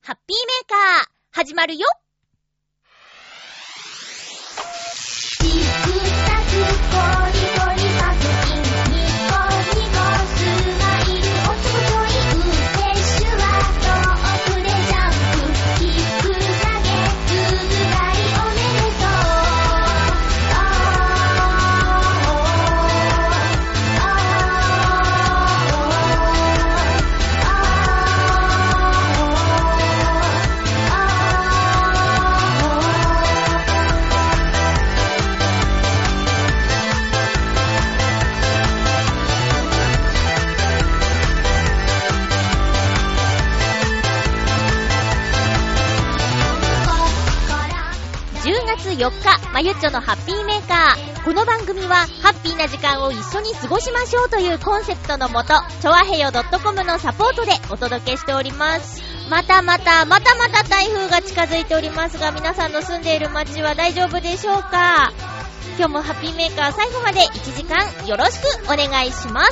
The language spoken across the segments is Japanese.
ハッピーメーカー始まるよ。4日、まゆっちょのハッピーメーカー。この番組はハッピーな時間を一緒に過ごしましょうというコンセプトのもと、ちょわへよ .com のサポートでお届けしております。またまた台風が近づいておりますが、皆さんの住んでいる街は大丈夫でしょうか。今日もハッピーメーカー最後まで1時間よろしくお願いします。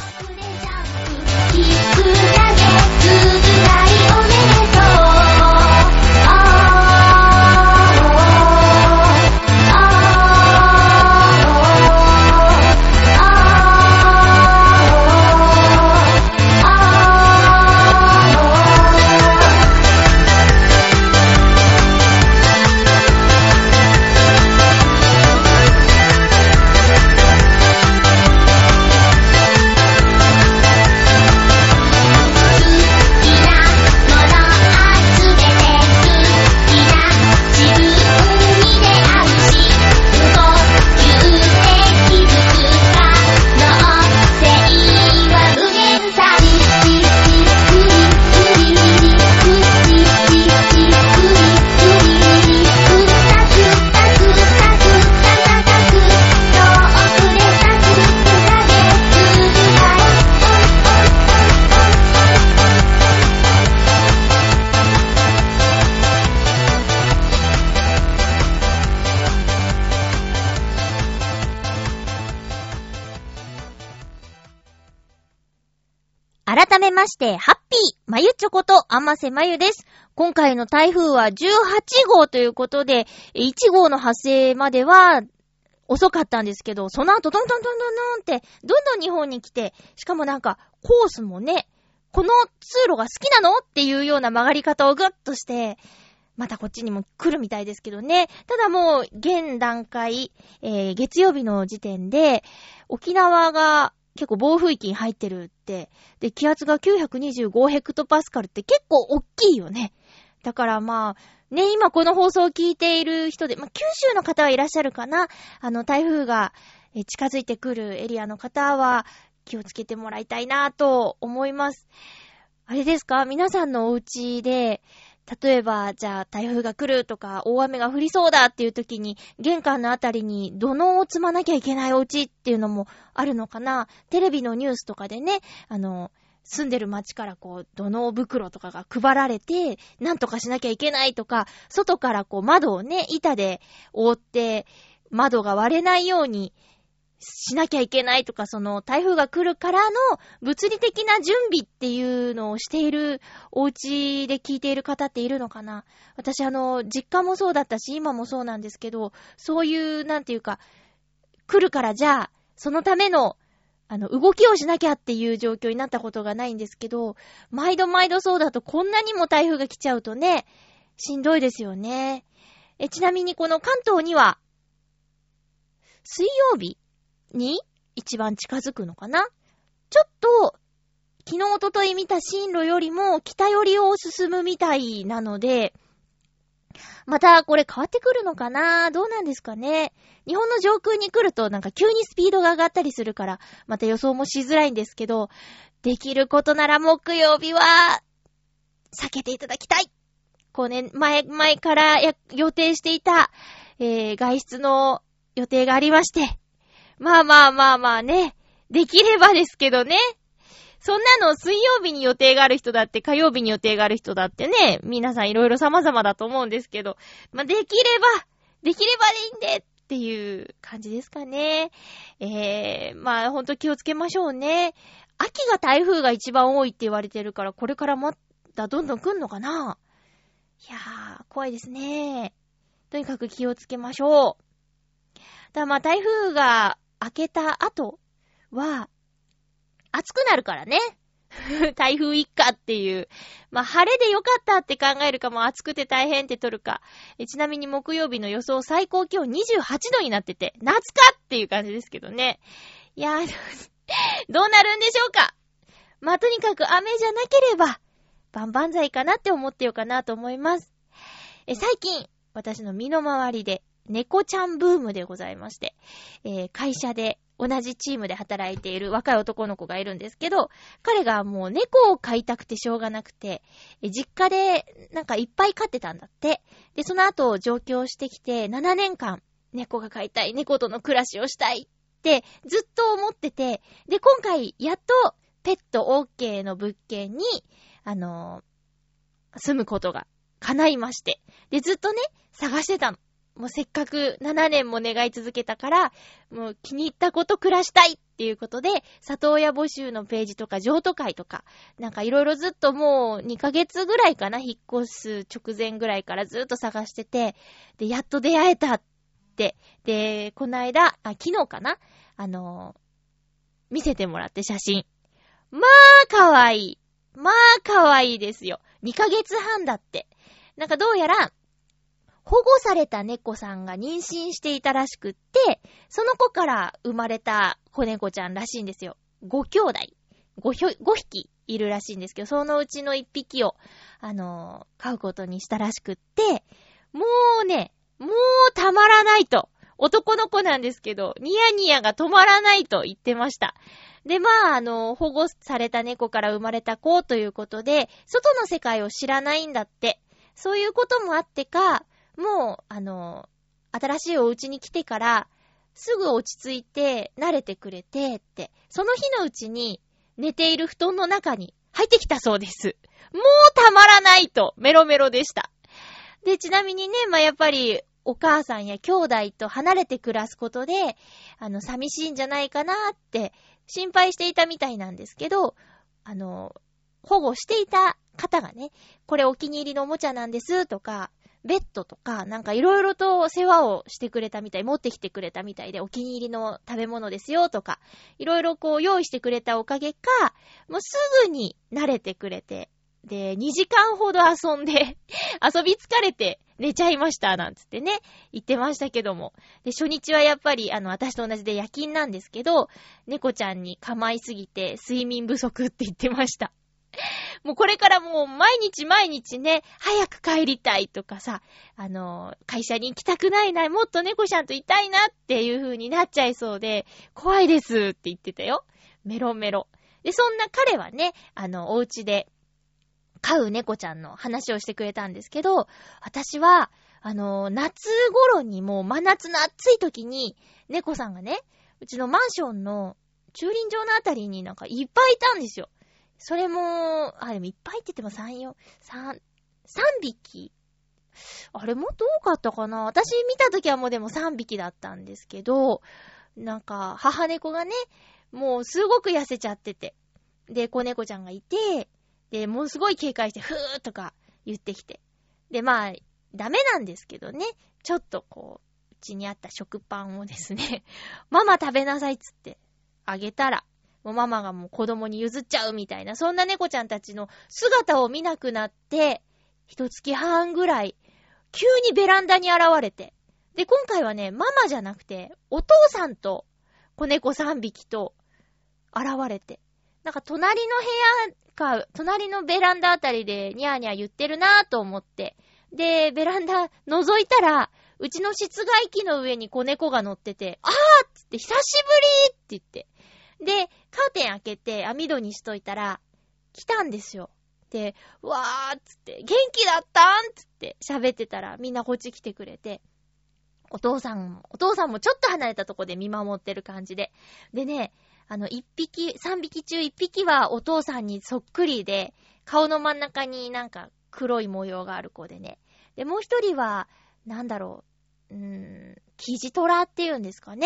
改めまして、ハッピーまゆちょことあませまゆです。今回の台風は18号ということで、1号の発生までは遅かったんですけど、その後どんどんってどんどん日本に来て、しかもなんかコースもね、この通路が好きなのっていうような曲がり方をグッとして、またこっちにも来るみたいですけどね。ただもう現段階、月曜日の時点で沖縄が結構暴風域に入ってるって。で、気圧が925ヘクトパスカルって結構大きいよね。だからまあ、ね、今この放送を聞いている人で、まあ、九州の方はいらっしゃるかな。台風が近づいてくるエリアの方は気をつけてもらいたいなと思います。あれですか？皆さんのお家で、例えば、じゃあ台風が来るとか大雨が降りそうだっていう時に玄関のあたりに土のうを積まなきゃいけないお家っていうのもあるのかな。テレビのニュースとかでね、住んでる町からこう土のう袋とかが配られてなんとかしなきゃいけないとか、外からこう窓をね板で覆って窓が割れないようにしなきゃいけないとか、その台風が来るからの物理的な準備っていうのをしているお家で聞いている方っているのかな。私実家もそうだったし今もそうなんですけど、そういうなんていうか来るからじゃあそのための動きをしなきゃっていう状況になったことがないんですけど、毎度そうだとこんなにも台風が来ちゃうとね、しんどいですよね。ちなみにこの関東には水曜日に一番近づくのかな。ちょっと昨日おととい見た進路よりも北寄りを進むみたいなので、またこれ変わってくるのかな。どうなんですかね。日本の上空に来るとなんか急にスピードが上がったりするからまた予想もしづらいんですけど、できることなら木曜日は避けていただきたい。こうね、前から予定していた、外出の予定がありまして、まあね、できればですけどね。そんなの水曜日に予定がある人だって火曜日に予定がある人だってね、皆さんいろいろ様々だと思うんですけど、まあ、できればでいいんでっていう感じですかね。まあほんと気をつけましょうね。秋が台風が一番多いって言われてるから、これからまたどんどん来んのかな。 いやー、怖いですね。とにかく気をつけましょう。だまあ台風が明けた後は暑くなるからね。台風一過っていう。まあ晴れでよかったって考えるかも暑くて大変って取るか。ちなみに木曜日の予想最高気温28度になってて、夏かっていう感じですけどね。いやー、どうなるんでしょうか。まあとにかく雨じゃなければ、万々歳かなって思ってようかなと思います。最近、私の身の回りで猫ちゃんブームでございまして、会社で同じチームで働いている若い男の子がいるんですけど、彼がもう猫を飼いたくてしょうがなくて、実家でなんかいっぱい飼ってたんだって。で、その後上京してきて7年間猫が飼いたい、猫との暮らしをしたいってずっと思ってて、で、今回やっとペット OK の物件に、住むことが叶いまして。で、ずっとね、探してたの。もうせっかく7年も願い続けたから、もう気に入った子と暮らしたいっていうことで、里親募集のページとか譲渡会とか、なんかいろいろずっともう2ヶ月ぐらいかな、引っ越す直前ぐらいからずっと探してて、で、やっと出会えたって。で、この間、昨日かな見せてもらって写真。まあ、かわいい。まあ、かわいいですよ。2ヶ月半だって。なんかどうやら、保護された猫さんが妊娠していたらしくって、その子から生まれた子猫ちゃんらしいんですよ。5兄弟。5匹いるらしいんですけど、そのうちの1匹を、飼うことにしたらしくって、もうね、もうたまらないと。男の子なんですけど、ニヤニヤが止まらないと言ってました。で、まあ、保護された猫から生まれた子ということで、外の世界を知らないんだって。そういうこともあってか、もう、新しいお家に来てから、すぐ落ち着いて、慣れてくれて、って、その日のうちに、寝ている布団の中に入ってきたそうです。もうたまらないと、メロメロでした。で、ちなみにね、まあ、やっぱり、お母さんや兄弟と離れて暮らすことで、寂しいんじゃないかなって、心配していたみたいなんですけど、保護していた方がね、これお気に入りのおもちゃなんですとか、ベッドとか、なんかいろいろと世話をしてくれたみたい、持ってきてくれたみたいで、お気に入りの食べ物ですよとか、いろいろこう用意してくれたおかげか、もうすぐに慣れてくれて、で、2時間ほど遊んで、遊び疲れて寝ちゃいました、なんつってね、言ってましたけども。で、初日はやっぱり、私と同じで夜勤なんですけど、猫ちゃんに構いすぎて睡眠不足って言ってました。もうこれからもう毎日毎日ね、早く帰りたいとかさ、会社に行きたくないな、もっと猫ちゃんといたいなっていう風になっちゃいそうで、怖いですって言ってたよ。メロメロ。で、そんな彼はね、お家で飼う猫ちゃんの話をしてくれたんですけど、私は、夏頃にもう真夏の暑い時に、猫さんがね、うちのマンションの駐輪場のあたりになんかいっぱいいたんですよ。それも、でもいっぱいって言っても3匹。あれもっと多かったかな？私見た時はもうでも3匹だったんですけど、なんか母猫がね、もうすごく痩せちゃってて。で、子猫ちゃんがいて、で、もうすごい警戒して、ふーとか言ってきて。で、まあ、ダメなんですけどね、ちょっとこう、うちにあった食パンをですね、ママ食べなさいっつってあげたら、もうママがもう子供に譲っちゃうみたいな、そんな猫ちゃんたちの姿を見なくなって、1月半ぐらい、急にベランダに現れて。で、今回はね、ママじゃなくて、お父さんと子猫3匹と現れて。なんか隣の部屋か、隣のベランダあたりでニャーニャー言ってるなぁと思って。で、ベランダ覗いたら、うちの室外機の上に子猫が乗ってて、あーっつって、久しぶりって言って。で、カーテン開けて網戸にしといたら、来たんですよ。で、わーっつって、元気だったんつって喋ってたら、みんなこっち来てくれて、お父さんもちょっと離れたとこで見守ってる感じで。でね、3匹中1匹はお父さんにそっくりで、顔の真ん中になんか黒い模様がある子でね。で、もう一人は、なんだろう、キジトラっていうんですかね。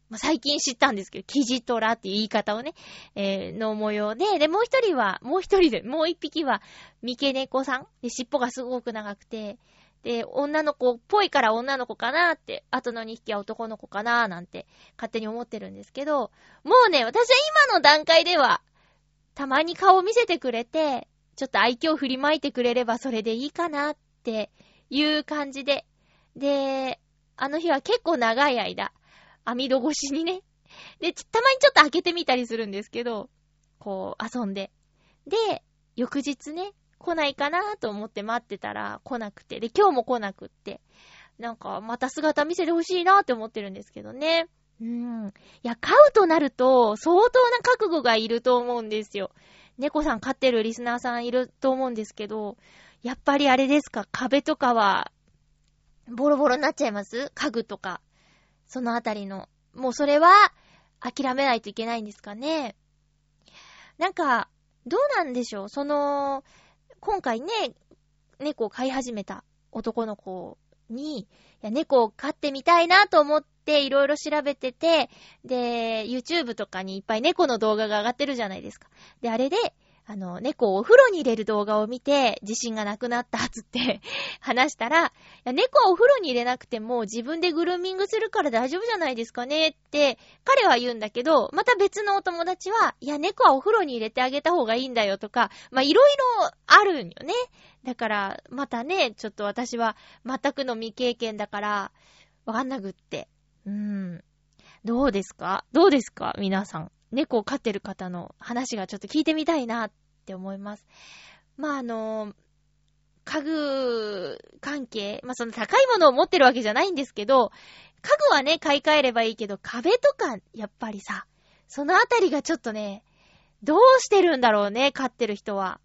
最近知ったんですけど、キジトラっていう言い方をね、の模様で、もう一匹は、三毛猫さんで、尻尾がすごく長くて、で、女の子っぽいから女の子かなって、あとの2匹は男の子かななんて、勝手に思ってるんですけど、もうね、私は今の段階では、たまに顔を見せてくれて、ちょっと愛嬌振りまいてくれればそれでいいかなっていう感じで、で、あの日は結構長い間、網戸越しにね。で、たまにちょっと開けてみたりするんですけど、こう、遊んで。で、翌日ね、来ないかなと思って待ってたら来なくて。で、今日も来なくって。なんか、また姿見せてほしいなって思ってるんですけどね。いや、飼うとなると、相当な覚悟がいると思うんですよ。猫さん飼ってるリスナーさんいると思うんですけど、やっぱりあれですか、壁とかは、ボロボロになっちゃいます？家具とか。そのあたりの。もうそれは諦めないといけないんですかね。なんか、どうなんでしょう。今回ね、猫を飼い始めた男の子に、いや、猫を飼ってみたいなと思っていろいろ調べてて、で、YouTube とかにいっぱい猫の動画が上がってるじゃないですか。で、あれで、猫をお風呂に入れる動画を見て、自信がなくなったつって話したら、いや、猫はお風呂に入れなくても自分でグルーミングするから大丈夫じゃないですかねって彼は言うんだけど、また別のお友達は、いや、猫はお風呂に入れてあげた方がいいんだよとか、まあ、いろいろあるんよね。だから、またね、ちょっと私は全くの未経験だから、わかんなくって。どうですか皆さん。猫を飼ってる方の話がちょっと聞いてみたいなって思います。まあ、家具関係、まあ、その高いものを持ってるわけじゃないんですけど、家具はね、買い替えればいいけど、壁とか、やっぱりさ、そのあたりがちょっとね、どうしてるんだろうね、飼ってる人は。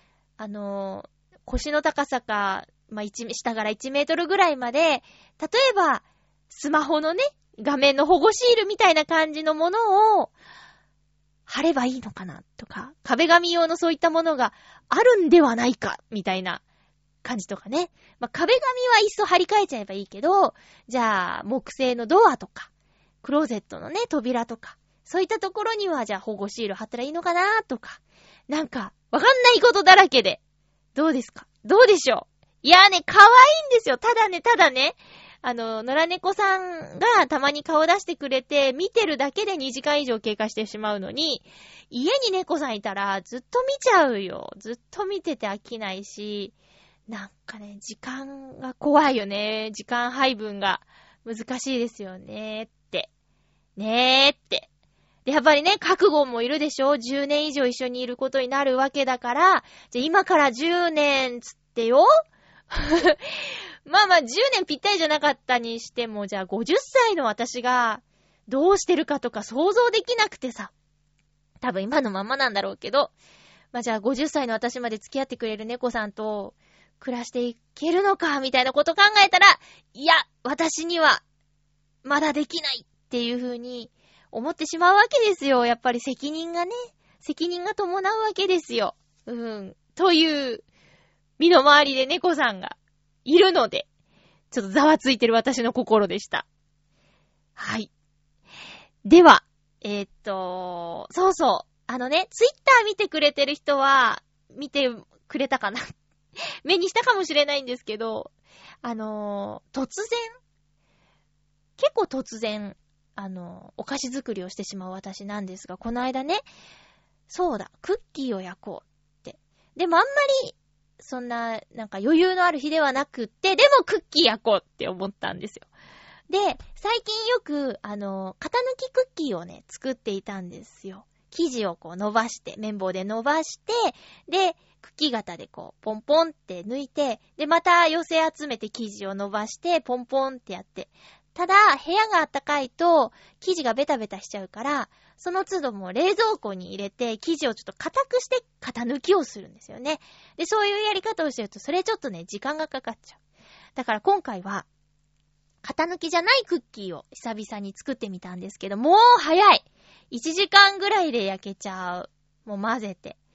腰の高さか、まあ、下から1メートルぐらいまで、例えば、スマホのね、画面の保護シールみたいな感じのものを、貼ればいいのかなとか、壁紙用のそういったものがあるんではないか、みたいな感じとかね。まあ、壁紙はいっそ貼り替えちゃえばいいけど、じゃあ、木製のドアとか、クローゼットのね、扉とか、そういったところには、じゃあ保護シール貼ったらいいのかなとか、なんか、わかんないことだらけで、どうですか？どうでしょう？いやーね、可愛いんですよ。ただね、野良猫さんがたまに顔出してくれて、見てるだけで2時間以上経過してしまうのに、家に猫さんいたらずっと見ちゃうよ。ずっと見てて飽きないし、なんかね、時間が怖いよね。時間配分が難しいですよねって。ねーって。で、やっぱりね、覚悟もいるでしょ？ 10 年以上一緒にいることになるわけだから、じゃあ今から10年つってよまあ10年ぴったりじゃなかったにしても、じゃあ50歳の私がどうしてるかとか想像できなくてさ。多分今のままなんだろうけど。まあじゃあ50歳の私まで付き合ってくれる猫さんと暮らしていけるのかみたいなこと考えたら、いや、私にはまだできないっていう風に思ってしまうわけですよ。やっぱり責任が伴うわけですよ。という身の回りで猫さんがいるので、ちょっとざわついてる私の心でした。はい。では、そうそう。ツイッター見てくれてる人は、見てくれたかな目にしたかもしれないんですけど、結構突然、お菓子作りをしてしまう私なんですが、この間ね、そうだ、クッキーを焼こうって。でもあんまり、そんな、なんか余裕のある日ではなくって、でもクッキー焼こうって思ったんですよ。で、最近よく、型抜きクッキーをね、作っていたんですよ。生地をこう伸ばして、綿棒で伸ばして、で、クッキー型でこう、ポンポンって抜いて、で、また寄せ集めて生地を伸ばして、ポンポンってやって。ただ、部屋が暖かいと、生地がベタベタしちゃうから、その都度も冷蔵庫に入れて、生地をちょっと硬くして、型抜きをするんですよね。で、そういうやり方をしてると、それちょっとね、時間がかかっちゃう。だから今回は、型抜きじゃないクッキーを久々に作ってみたんですけど、もう早い！ 1 時間ぐらいで焼けちゃう。もう混ぜて。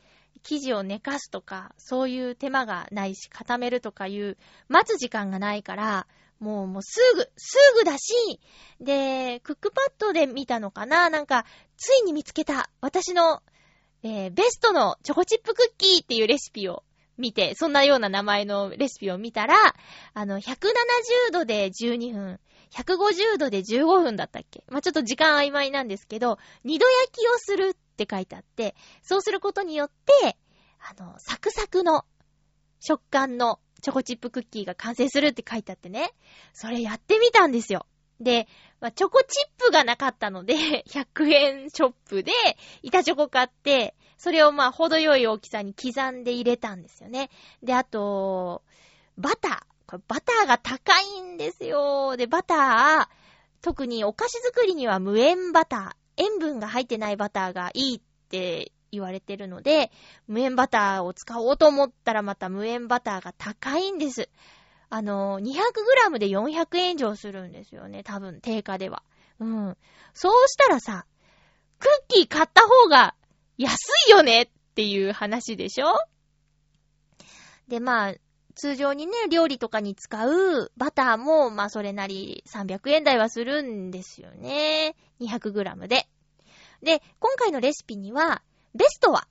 生地を寝かすとか、そういう手間がないし、固めるとかいう待つ時間がないから、もうすぐだし、で、クックパッドで見たのかな、なんか、ついに見つけた、私の、ベストのチョコチップクッキーっていうレシピを見て、そんなような名前のレシピを見たら、170度で12分、150度で15分だったっけ？まあ、ちょっと時間曖昧なんですけど、二度焼きをするって書いてあって、そうすることによって、サクサクの食感のチョコチップクッキーが完成するって書いてあってね、それやってみたんですよ。で、チョコチップがなかったので、100円ショップで板チョコ買って、それを程よい大きさに刻んで入れたんですよね。で、あと、バター。これバターが高いんですよ。で、バター、特にお菓子作りには無塩バター、塩分が入ってないバターがいいって言われてるので、無塩バターを使おうと思ったらまた無塩バターが高いんです。200g で400円以上するんですよね。多分、定価では。うん。そうしたらさ、クッキー買った方が安いよねっていう話でしょ？で、通常にね、料理とかに使うバターも、それなり300円台はするんですよね。200g で。で、今回のレシピには、ベストは、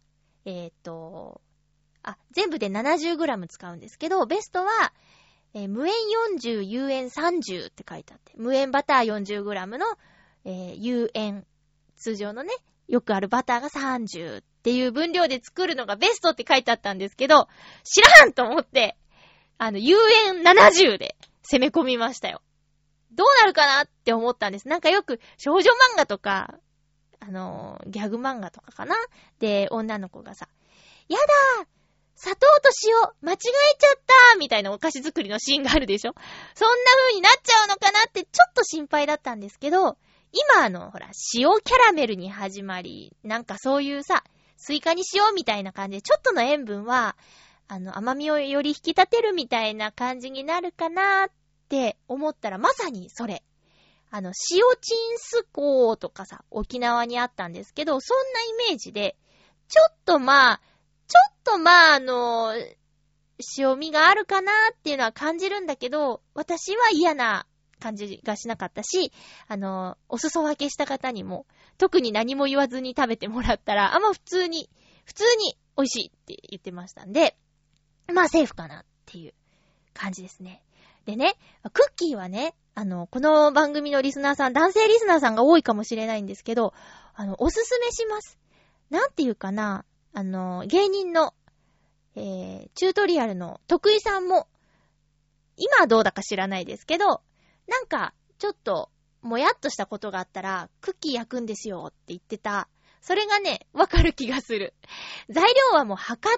全部で 70g 使うんですけど、ベストは、無塩40、有塩30って書いてあって、無塩バター 40g の、有塩、通常のね、よくあるバターが30っていう分量で作るのがベストって書いてあったんですけど、知らんと思って、有塩70で攻め込みましたよ。どうなるかなって思ったんです。なんかよく少女漫画とか、ギャグ漫画とかかなで、女の子がさ、やだー砂糖と塩間違えちゃったみたいなお菓子作りのシーンがあるでしょ。そんな風になっちゃうのかなってちょっと心配だったんですけど、今ほら、塩キャラメルに始まり、なんかそういうさ、スイカに塩みたいな感じで、ちょっとの塩分は、甘みをより引き立てるみたいな感じになるかなって思ったら、まさにそれ。塩チンスコーとかさ、沖縄にあったんですけど、そんなイメージで、ちょっと塩味があるかなっていうのは感じるんだけど、私は嫌な感じがしなかったし、お裾分けした方にも、特に何も言わずに食べてもらったら、普通に美味しいって言ってましたんで、セーフかなっていう感じですね。でね、クッキーはね、この番組のリスナーさん、男性リスナーさんが多いかもしれないんですけど、おすすめします。なんていうかな、芸人の、チュートリアルの徳井さんも、今はどうだか知らないですけど、なんか、ちょっと、もやっとしたことがあったら、クッキー焼くんですよって言ってた。それがね、わかる気がする。材料はもう測って、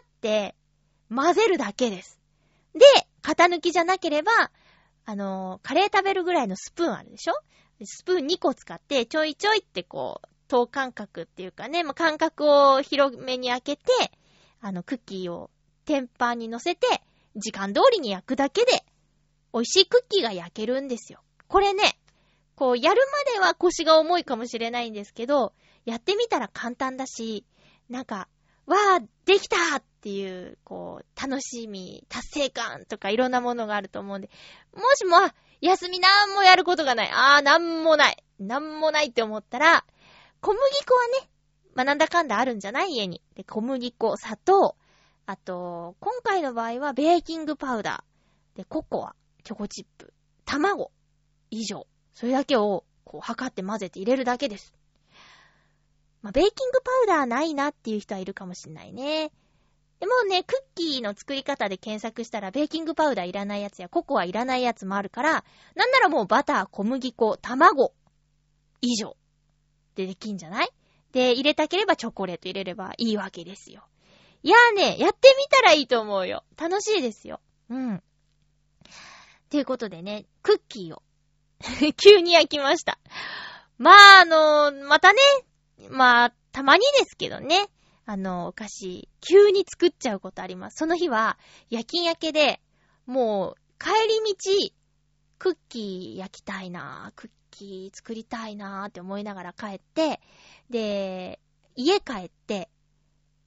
混ぜるだけです。で、型抜きじゃなければ、カレー食べるぐらいのスプーンあるでしょ？スプーン2個使って、ちょいちょいってこう、等間隔っていうかね、間隔を広めに開けて、クッキーを天板に乗せて、時間通りに焼くだけで、美味しいクッキーが焼けるんですよ。これね、こう、やるまでは腰が重いかもしれないんですけど、やってみたら簡単だし、なんか、わー、できたっていう、こう、楽しみ、達成感とかいろんなものがあると思うんで、もしも、休みなんもやることがない。なんもないって思ったら、小麦粉はね、なんだかんだあるんじゃない？家に。で、小麦粉、砂糖、あと、今回の場合はベーキングパウダー、で、ココア、チョコチップ、卵、以上。それだけを、こう、測って混ぜて入れるだけです。ベーキングパウダーないなっていう人はいるかもしれないね。でもね、クッキーの作り方で検索したら、ベーキングパウダーいらないやつや、ココアいらないやつもあるから、なんならもうバター、小麦粉、卵、以上。でできんじゃない？で、入れたければチョコレート入れればいいわけですよ。いやーね、やってみたらいいと思うよ。楽しいですよ。うん。ということでね、クッキーを急に焼きました。またね、たまにですけどね、お菓子、急に作っちゃうことあります。その日は、夜勤明けで、もう、帰り道、クッキー焼きたいな、クッキー作りたいなって思いながら帰って、で、家帰って、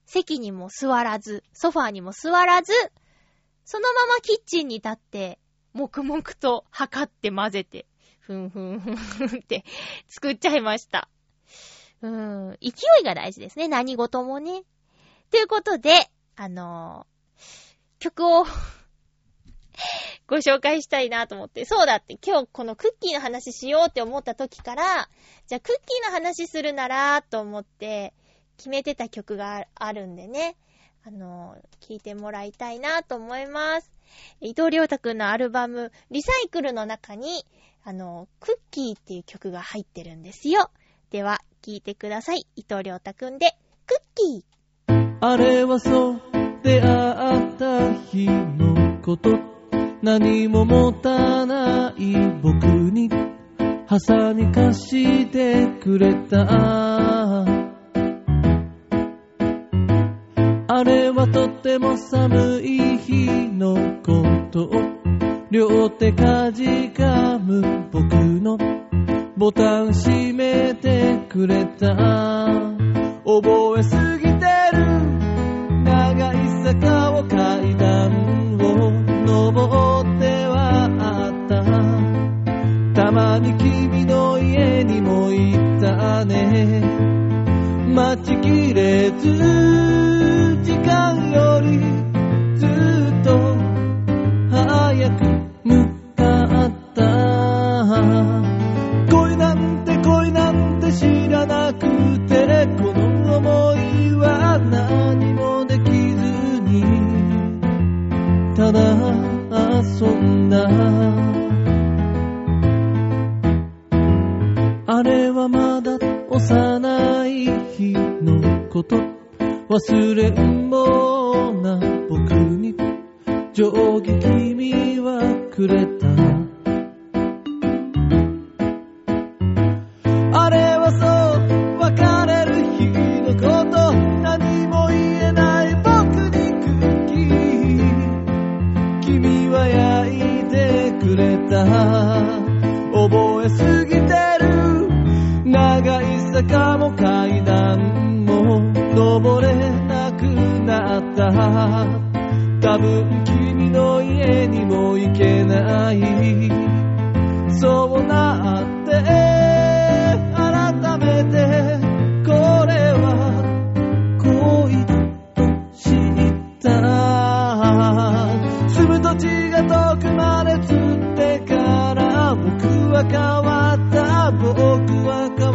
席にも座らず、ソファーにも座らず、そのままキッチンに立って、黙々と測って混ぜて、ふんって作っちゃいました。勢いが大事ですね。何事もね。ということで、曲をご紹介したいなと思って。そうだって、今日このクッキーの話しようって思った時から、じゃあクッキーの話するならと思って決めてた曲があるんでね。聞いてもらいたいなと思います。伊藤亮太くんのアルバム、リサイクルの中に、クッキーっていう曲が入ってるんですよ。では、聞いてください。伊藤亮太くんで、クッキー。 あれはそう出会った日のこと、何も持たない僕にハサミ貸してくれた。あれはとても寒い日のこと、両手かじかむ僕のボタン閉めてくれた。覚えすぎてる長い坂を階段を登ってはあった。たまに君の家にも行ったね。待ちきれず時間よりずっと早く向かった。恋なんて知らなくて、この想いは何もできずにただ遊んだ。あれはまだ幼い日のこと、忘れんぼな僕に定規君はくれた。あれはそう別れる日のこと、何も言えない僕にクッキー君は焼いてくれた。覚えすぎてる長い坂も階段も登れなくなった。多分君の家にも行けない。そうなって改めてこれは恋と知った。住む土地が遠くまで移ってから僕は変わった。僕は変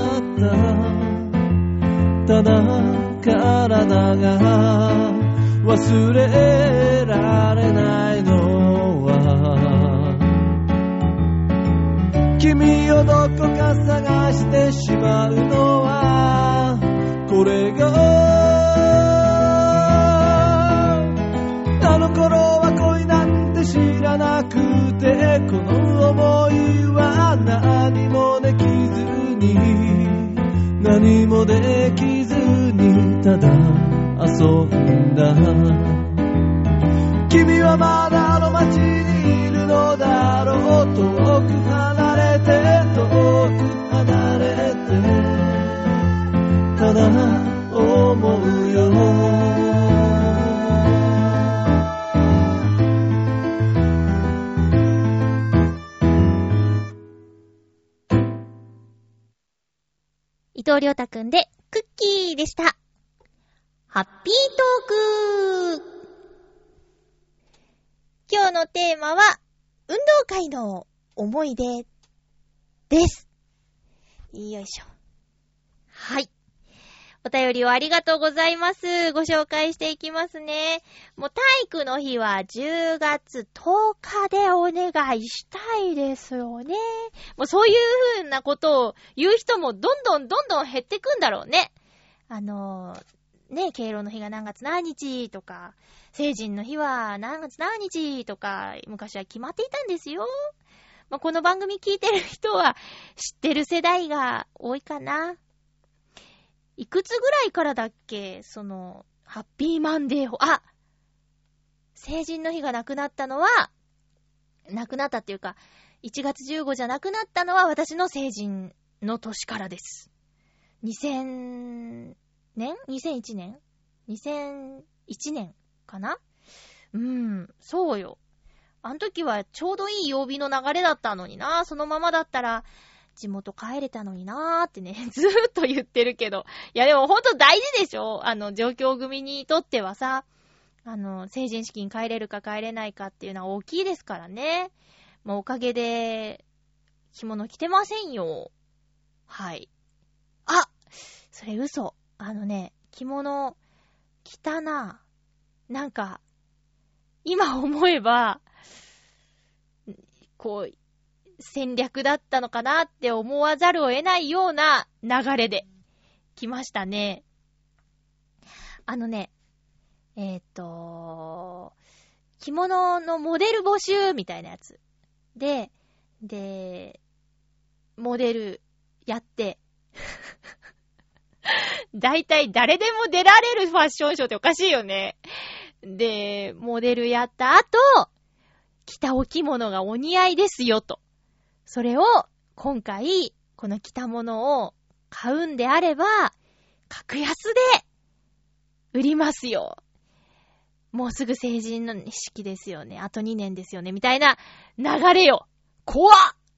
わった。ただ体が忘れられないのは、君をどこか探してしまうのはこれが。あの頃は恋なんて知らなくて、この想いは何もできずに何もできずにただ遊んだ。君はまだあの街にいるのだろう。遠く離れて遠く離れてただ思うよ。 伊藤亮太くんでクッキーでした。ハッピートーク。今日のテーマは運動会の思い出です。よいしょ。はい。お便りをありがとうございます。ご紹介していきますね。もう体育の日は10月10日でお願いしたいですよね。もうそういう風なことを言う人もどんどん減ってくんだろうね。ね、敬老の日が何月何日とか、成人の日は何月何日とか、昔は決まっていたんですよ。まあ、この番組聞いてる人は知ってる世代が多いかな。いくつぐらいからだっけ、ハッピーマンデー成人の日がなくなったっていうか、1月15じゃなくなったのは私の成人の年からです。2001年 2001年かな？そうよ。あの時はちょうどいい曜日の流れだったのにな。そのままだったら地元帰れたのになーってね、ずーっと言ってるけど。いやでもほんと大事でしょ？上京組にとってはさ、成人式に帰れるか帰れないかっていうのは大きいですからね。もうおかげで、着物着てませんよ。はい。あ！それ嘘。着物着たな。なんか、今思えば、こう、戦略だったのかなって思わざるを得ないような流れで来ましたね。着物のモデル募集みたいなやつで、モデルやってだいたい誰でも出られるファッションショーっておかしいよね。で、モデルやった後、着たお着物がお似合いですよと。それを今回この着たものを買うんであれば格安で売りますよ。もうすぐ成人の式ですよね。あと2年ですよね。みたいな流れよ。怖っ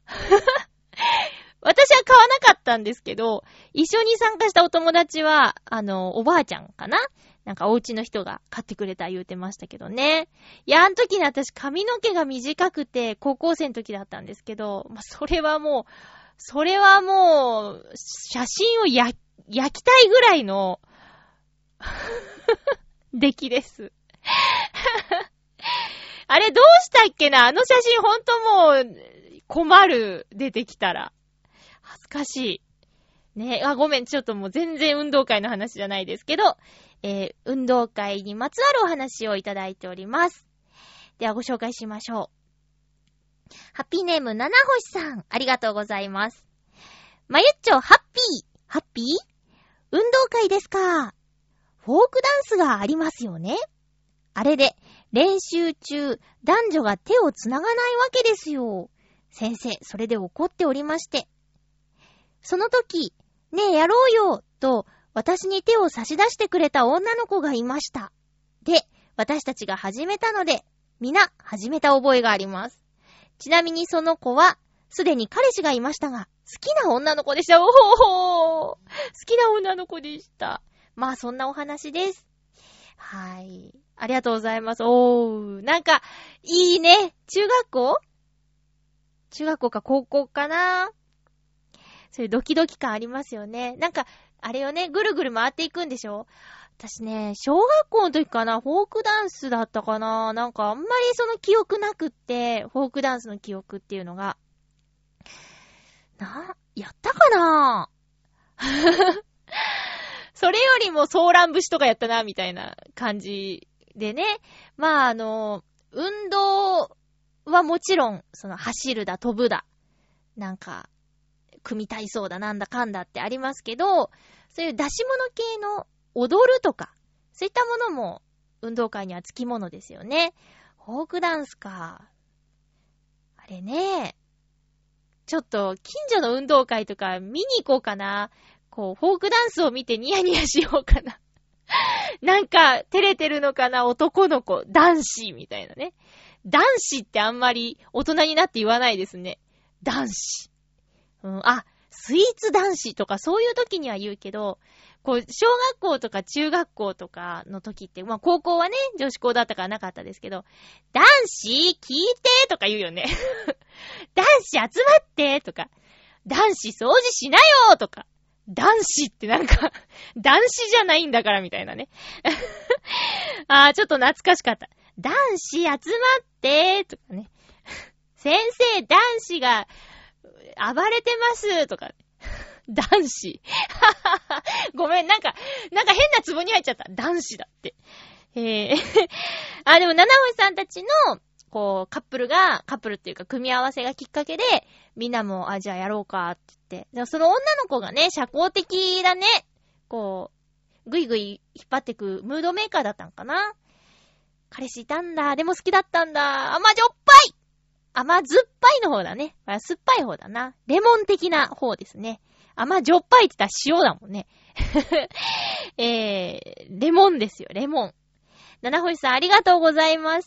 私は買わなかったんですけど、一緒に参加したお友達は、おばあちゃんかな？なんかお家の人が買ってくれた言うてましたけどね。いや、あの時に私髪の毛が短くて高校生の時だったんですけど、それはもう、写真を焼きたいぐらいの出来です。あれどうしたっけな？あの写真ほんともう困る、出てきたら。恥ずかしい。ね、ごめん、ちょっともう全然運動会の話じゃないですけど、運動会にまつわるお話をいただいております。ではご紹介しましょう。ハッピーネーム七星さん、ありがとうございます。まゆっちょ、ハッピー運動会ですか。フォークダンスがありますよね。あれで練習中男女が手をつながないわけですよ。先生、それで怒っておりまして。その時、ねえやろうよと私に手を差し出してくれた女の子がいました。で、私たちが始めたので、みんな始めた覚えがあります。ちなみにその子はすでに彼氏がいましたが、好きな女の子でした。おほほー、好きな女の子でした。まあそんなお話です。はい。ありがとうございます。なんか、いいね。中学校か高校かな。そういうドキドキ感ありますよね。なんか、あれよね、ぐるぐる回っていくんでしょ？私ね、小学校の時かな、フォークダンスだったかな。なんかあんまりその記憶なくって、フォークダンスの記憶っていうのが。やったかなそれよりもソーラン節とかやったな、みたいな感じでね。まあ運動はもちろん、その走るだ、飛ぶだ、なんか、組体操だ、なんだかんだってありますけど、そういう出し物系の踊るとか、そういったものも運動会にはつきものですよね。フォークダンスか。あれね、ちょっと近所の運動会とか見に行こうかな。こう、フォークダンスを見てニヤニヤしようかな。なんか、照れてるのかな、男の子、男子みたいなね。男子ってあんまり大人になって言わないですね。男子。スイーツ男子とかそういう時には言うけど、こう、小学校とか中学校とかの時って、まあ高校はね、女子校だったからなかったですけど、男子聞いてとか言うよね。男子集まってとか、男子掃除しなよとか、男子ってなんか、男子じゃないんだからみたいなね。ちょっと懐かしかった。男子集まってとかね。先生、男子が暴れてますとか、男子。ごめん、なんか変なツボに入っちゃった。男子だって。でも、七星さんたちの、こう、カップルっていうか、組み合わせがきっかけで、みんなも、じゃあやろうかって言って。でその女の子がね、社交的だね。こう、ぐいぐい引っ張ってくムードメーカーだったんかな。彼氏いたんだ。でも好きだったんだ。甘じょっぱい！甘酸っぱいの方だね。酸っぱい方だな。レモン的な方ですね。甘じょっぱいって言ったら塩だもんね。 レモンですよ、レモン。七星さんありがとうございます。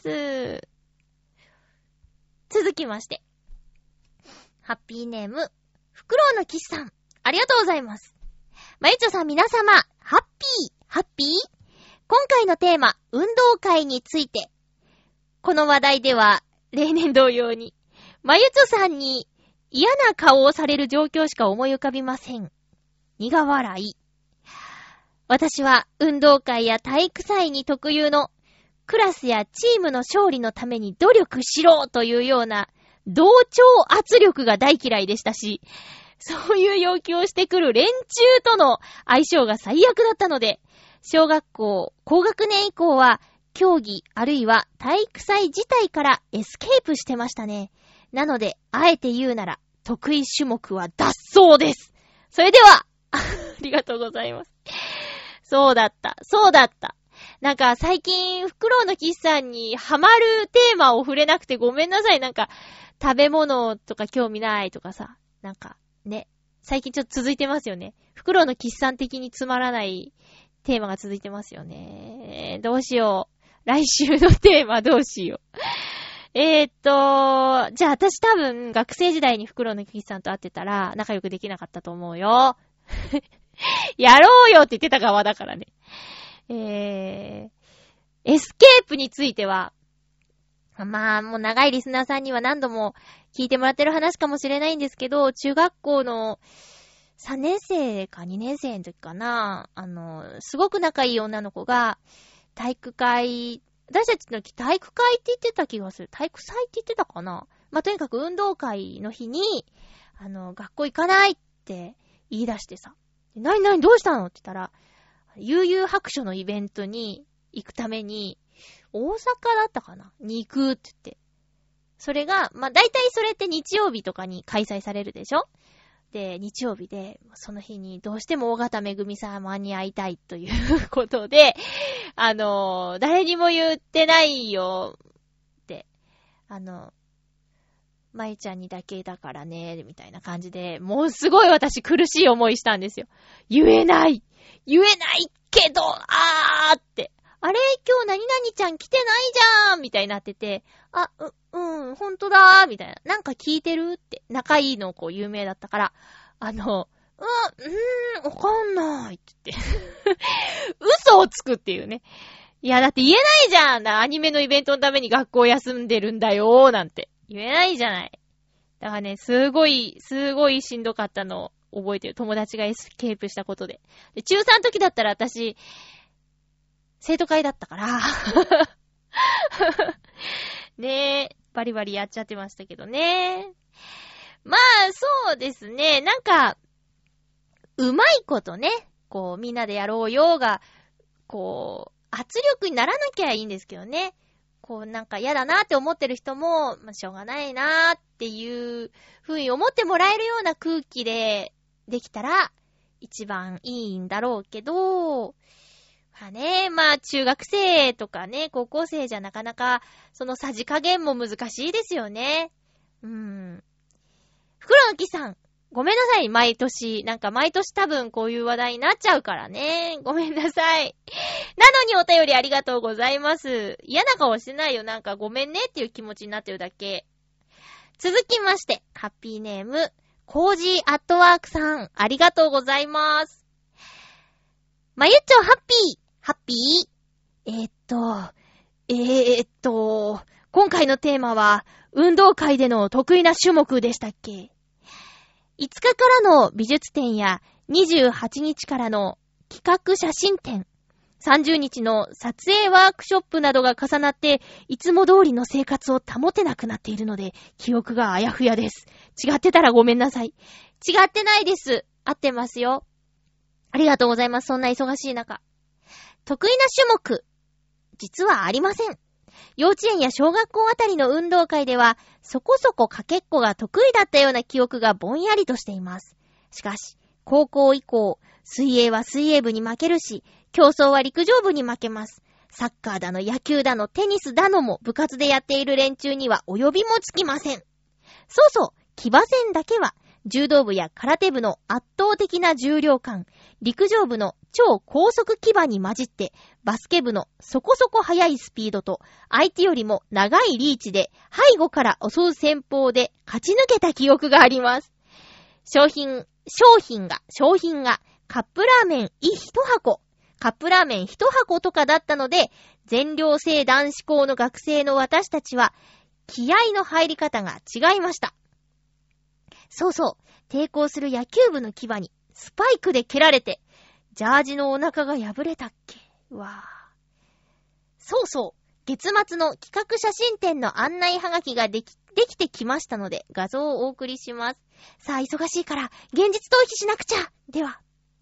続きまして。ハッピーネーム、フクロウのキスさん。ありがとうございます。まゆちょさん皆様、ハッピー今回のテーマ、運動会について。この話題では、例年同様に、まゆちょさんに嫌な顔をされる状況しか思い浮かびません。苦笑い。私は運動会や体育祭に特有のクラスやチームの勝利のために努力しろというような同調圧力が大嫌いでしたし、そういう要求をしてくる連中との相性が最悪だったので、小学校高学年以降は競技あるいは体育祭自体からエスケープしてましたね。なので、あえて言うなら得意種目は脱走です。それではありがとうございます。そうだった。なんか最近フクロウのキスさんにハマるテーマを触れなくてごめんなさい。なんか食べ物とか興味ないとかさ、なんかね、最近ちょっと続いてますよね。フクロウのキスさん的につまらないテーマが続いてますよね。どうしよう。来週のテーマどうしよう。じゃあ私多分学生時代にフクロウのキスさんと会ってたら仲良くできなかったと思うよ。やろうよって言ってた側だからね。エスケープについては、まあもう長いリスナーさんには何度も聞いてもらってる話かもしれないんですけど、中学校の3年生か2年生の時かな、すごく仲いい女の子が体育会、私たちの時体育会って言ってた気がする。体育祭って言ってたかな。まあとにかく運動会の日に学校行かないって言い出してさ、何どうしたのって言ったら、悠々白書のイベントに行くために、大阪だったかなに行くって言って。それが、まあ、大体それって日曜日とかに開催されるでしょ。で、日曜日で、その日にどうしても尾形めぐみ様に会いたいということで、誰にも言ってないよって、まゆちゃんにだけだからね、みたいな感じで、もうすごい私苦しい思いしたんですよ。言えないけど、って。あれ今日何々ちゃん来てないじゃんみたいになってて、ほんとだーみたいな。なんか聞いてるって。仲いいの子有名だったから、わかんないって言って。嘘をつくっていうね。いや、だって言えないじゃん。アニメのイベントのために学校休んでるんだよーなんて。言えないじゃない。だからね、すごいしんどかったのを覚えてる。友達がエスケープしたことで。で中3の時だったら私、生徒会だったから。ねえ、バリバリやっちゃってましたけどね。まあ、そうですね。なんか、うまいことね、こう、みんなでやろうよが、こう、圧力にならなきゃいいんですけどね。こうなんか嫌だなって思ってる人も、まあ、しょうがないなっていう風に思ってもらえるような空気でできたら一番いいんだろうけど、まあ中学生とかね、高校生じゃなかなかそのさじ加減も難しいですよね。フクロウのキさん、ごめんなさい、毎年多分こういう話題になっちゃうからね。ごめんなさい。なのにお便りありがとうございます。嫌な顔してないよ。なんかごめんねっていう気持ちになってるだけ。続きまして、ハッピーネーム、コージーアットワークさん、ありがとうございます。まゆっちょハッピー今回のテーマは、運動会での得意な種目でしたっけ？5日からの美術展や28日からの企画写真展、30日の撮影ワークショップなどが重なって、いつも通りの生活を保てなくなっているので、記憶があやふやです。違ってたらごめんなさい。違ってないです。合ってますよ。ありがとうございます。そんな忙しい中。得意な種目、実はありません。幼稚園や小学校あたりの運動会では、そこそこかけっこが得意だったような記憶がぼんやりとしています。しかし、高校以降、水泳は水泳部に負けるし、競争は陸上部に負けます。サッカーだの野球だのテニスだのも部活でやっている連中には及びもつきません。そうそう、騎馬戦だけは柔道部や空手部の圧倒的な重量感、陸上部の超高速牙に混じって、バスケ部のそこそこ速いスピードと、相手よりも長いリーチで、背後から襲う戦法で勝ち抜けた記憶があります。商品が、カップラーメン一箱、カップラーメン一箱とかだったので、全寮制男子校の学生の私たちは、気合の入り方が違いました。そうそう、抵抗する野球部の牙にスパイクで蹴られて、ジャージのお腹が破れたっけ。わぁ。そうそう、月末の企画写真展の案内はがきができてきましたので、画像をお送りします。さあ、忙しいから現実逃避しなくちゃ。では、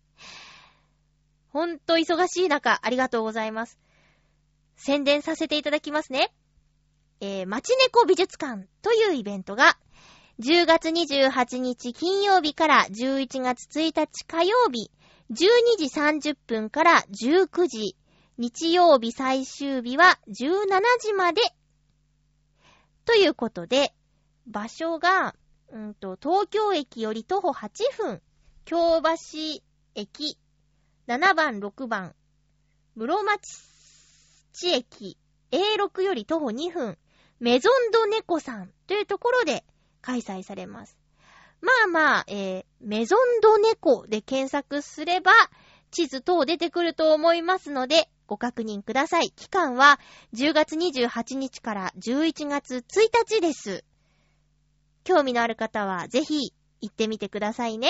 ほんと忙しい中、ありがとうございます。宣伝させていただきますね。町猫美術館というイベントが10月28日金曜日から11月1日火曜日12時30分から19時、日曜日最終日は17時までということで、場所が東京駅より徒歩8分、京橋駅7番6番室町駅 A6 より徒歩2分、メゾンドネコさんというところで開催されます。まあ、メゾンドネコで検索すれば地図等出てくると思いますのでご確認ください。期間は10月28日から11月1日です。興味のある方はぜひ行ってみてくださいね。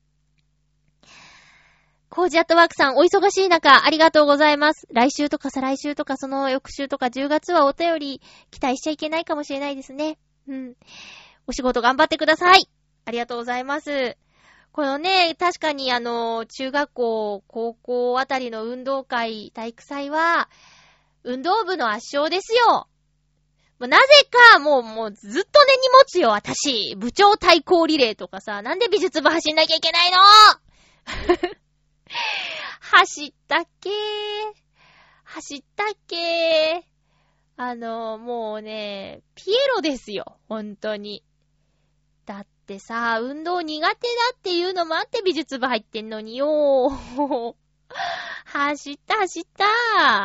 コージアットワークさん、お忙しい中ありがとうございます。来週とか再来週とかその翌週とか10月はお便り期待しちゃいけないかもしれないですね。お仕事頑張ってください。ありがとうございます。このね、確かに中学校、高校あたりの運動会、体育祭は、運動部の圧勝ですよ。なぜか、もうずっと根に持つよ、私。部長対抗リレーとかさ、なんで美術部走んなきゃいけないの走ったっけもうね、ピエロですよ、本当に。だってさ、運動苦手だっていうのもあって美術部入ってんのによ。走った。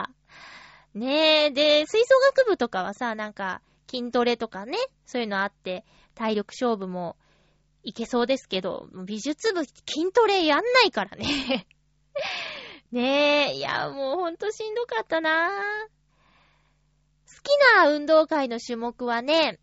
ねえ、で、吹奏楽部とかはさ、なんか、筋トレとかね、そういうのあって、体力勝負もいけそうですけど、美術部筋トレやんないからね。ねえ、いや、もうほんとしんどかったな。好きな運動会の種目はね、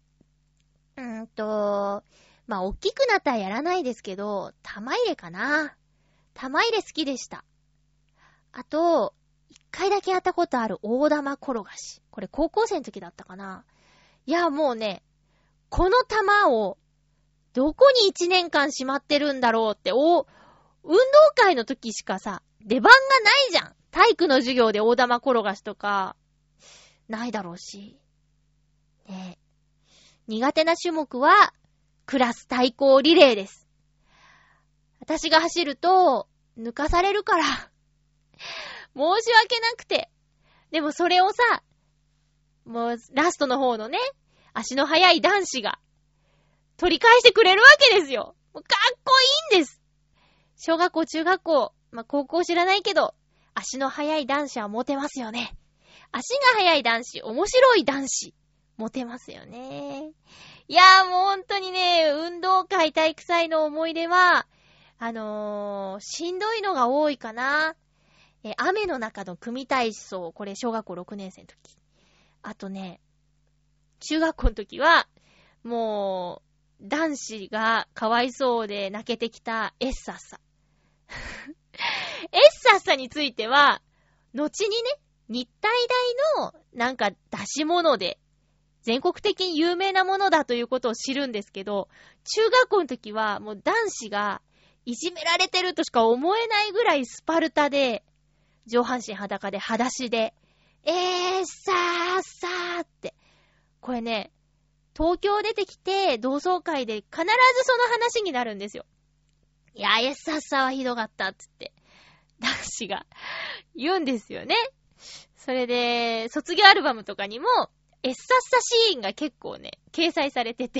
まあ、大きくなったらやらないですけど、玉入れかな。玉入れ好きでした。あと、一回だけやったことある大玉転がし。これ高校生の時だったかな。いや、もうね、この玉を、どこに1年間しまってるんだろうって、運動会の時しかさ、出番がないじゃん。体育の授業で大玉転がしとか、ないだろうし。ね、苦手な種目は、クラス対抗リレーです。私が走ると、抜かされるから、申し訳なくて。でもそれをさ、もうラストの方のね、足の速い男子が、取り返してくれるわけですよ。もうかっこいいんです。小学校、中学校、高校知らないけど、足の速い男子はモテますよね。足が速い男子、面白い男子、モテますよね。いやーもう本当にね、運動会体育祭の思い出は、しんどいのが多いかな。雨の中の組体操、これ小学校6年生の時。あとね、中学校の時は、もう、男子がかわいそうで泣けてきたエッサッサ。エッサッサについては、後にね、日体大のなんか出し物で、全国的に有名なものだということを知るんですけど、中学校の時はもう男子がいじめられてるとしか思えないぐらいスパルタで、上半身裸で裸足で、さーさーって。これね、東京出てきて同窓会で必ずその話になるんですよ。いや、さーさーはひどかったっつって、男子が言うんですよね。それで、卒業アルバムとかにも、エッサッサシーンが結構ね、掲載されてて、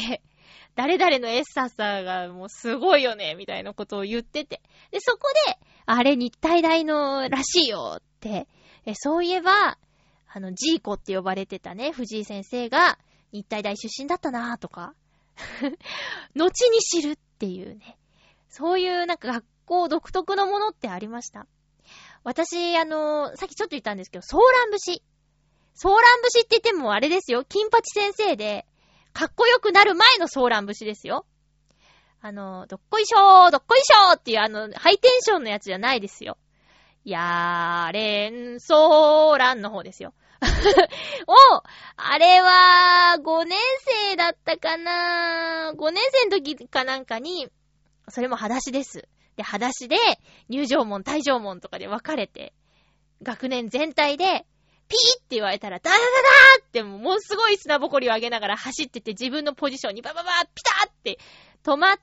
誰々のエッサッサがもうすごいよね、みたいなことを言ってて。で、そこで、あれ日体大のらしいよって、そういえば、ジーコって呼ばれてたね、藤井先生が日体大出身だったなとか、後に知るっていうね、そういうなんか学校独特のものってありました。私、さっきちょっと言ったんですけど、ソーラン節。ソーラン節って言ってもあれですよ、金八先生で、かっこよくなる前のソーラン節ですよ。どっこいしょー、どっこいしょーっていうハイテンションのやつじゃないですよ。やーれんソーランの方ですよ。あれは、5年生だったかな ?5 年生の時かなんかに、それも裸足です。で、裸足で、入場門、退場門とかで分かれて、学年全体で、ピーって言われたら、ダダダダーってもうすごい砂ぼこりを上げながら走ってて、自分のポジションにバババーピターって止まって、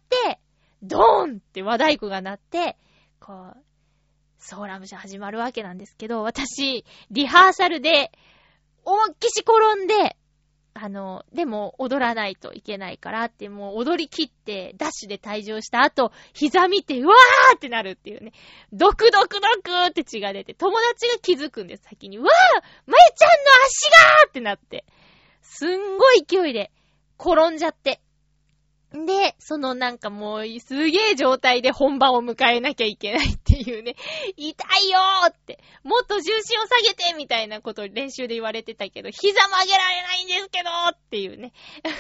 ドーンって和太鼓が鳴って、こう、ソーラン節始まるわけなんですけど、私、リハーサルで、思いっきし転んで、でも踊らないといけないからって、もう踊り切って、ダッシュで退場した後、膝見て、うわーってなるっていうね。ドクドクドクって血が出て、友達が気づくんです、先に。うわーまゆちゃんの足がーってなって。すんごい勢いで、転んじゃって。で、なんかもう、すげえ状態で本番を迎えなきゃいけないっていうね。痛いよーって。もっと重心を下げてみたいなことを練習で言われてたけど、膝曲げられないんですけどっていうね。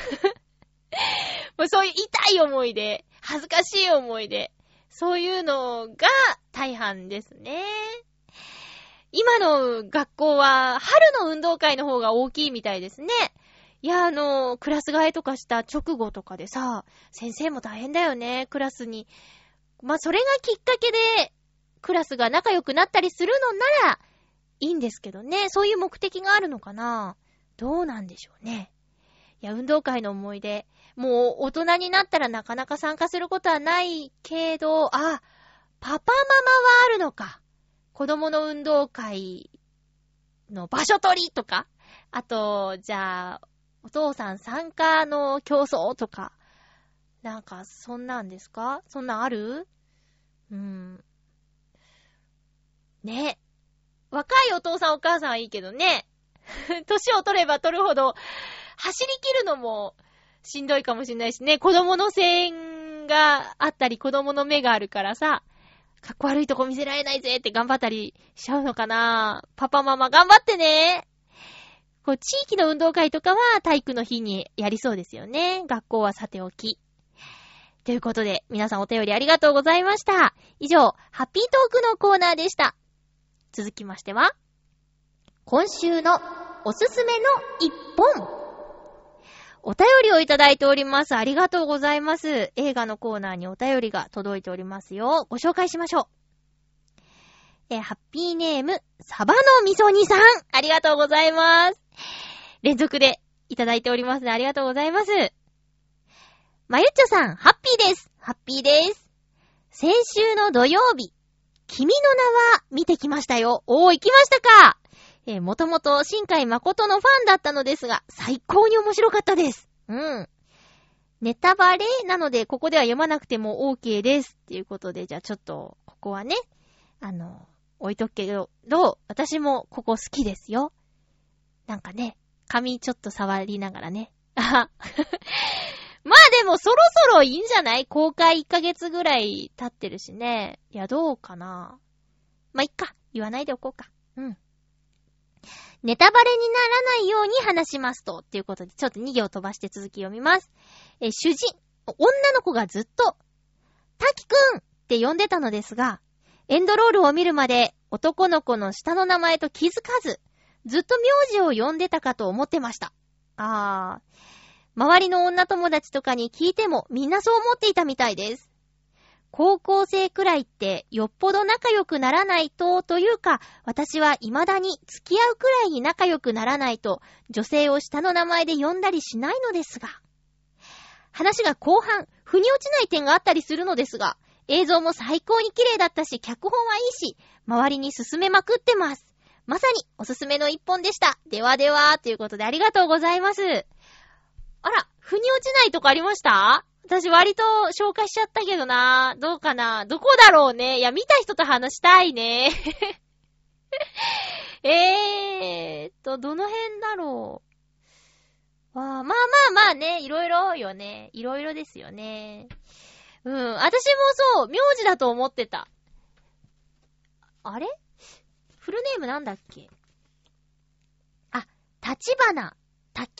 もうそういう痛い思いで、恥ずかしい思いで、そういうのが大半ですね。今の学校は、春の運動会の方が大きいみたいですね。いや、クラス替えとかした直後とかでさ、先生も大変だよね、クラスに。まあ、それがきっかけで、クラスが仲良くなったりするのなら、いいんですけどね。そういう目的があるのかな？どうなんでしょうね。いや、運動会の思い出。もう、大人になったらなかなか参加することはないけど、パパママはあるのか。子供の運動会の場所取りとか。あと、じゃあ、お父さん参加の競争とか。なんか、そんなんですか？そんなんある？ね。若いお父さんお母さんはいいけどね。年を取れば取るほど、走り切るのもしんどいかもしれないしね。子供の声援があったり、子供の目があるからさ、かっこ悪いとこ見せられないぜって頑張ったりしちゃうのかな。パパママ頑張ってね。こう地域の運動会とかは体育の日にやりそうですよね。学校はさておき。ということで、皆さんお便りありがとうございました。以上、ハッピートークのコーナーでした。続きましては、今週のおすすめの一本。お便りをいただいております。ありがとうございます。映画のコーナーにお便りが届いておりますよ。ご紹介しましょう。ハッピーネーム、サバのみそ煮さん。ありがとうございます。連続でいただいておりますね。ありがとうございます。まゆっちょさん、ハッピーです。ハッピーです。先週の土曜日、君の名は見てきましたよ。行きましたか。もともと新海誠のファンだったのですが、最高に面白かったです。ネタバレなので、ここでは読まなくても OK です。っていうことで、じゃあちょっと、ここはね、置いとくけど、私もここ好きですよ。なんかね、髪ちょっと触りながらね。まあでもそろそろいいんじゃない？公開1ヶ月ぐらい経ってるしね。いや、どうかな。まあ、いっか。言わないでおこうか。ネタバレにならないように話しますと。っていうことで、ちょっと2行飛ばして続き読みます。女の子がずっと、滝くんって呼んでたのですが、エンドロールを見るまで男の子の下の名前と気づかず、ずっと名字を呼んでたかと思ってました。周りの女友達とかに聞いてもみんなそう思っていたみたいです。高校生くらいってよっぽど仲良くならないというか、私は未だに付き合うくらいに仲良くならないと女性を下の名前で呼んだりしないのですが、話が後半腑に落ちない点があったりするのですが、映像も最高に綺麗だったし、脚本はいいし、周りに勧めまくってます。まさにおすすめの一本でした。ではでは、ということでありがとうございます。あら、腑に落ちないとこありました？私割と紹介しちゃったけどな。どうかな？どこだろうね。いや、見た人と話したいね。どの辺だろう。まあね、いろいろよね。いろいろですよね。私もそう、名字だと思ってた。あれ？フルネームなんだっけ？立花滝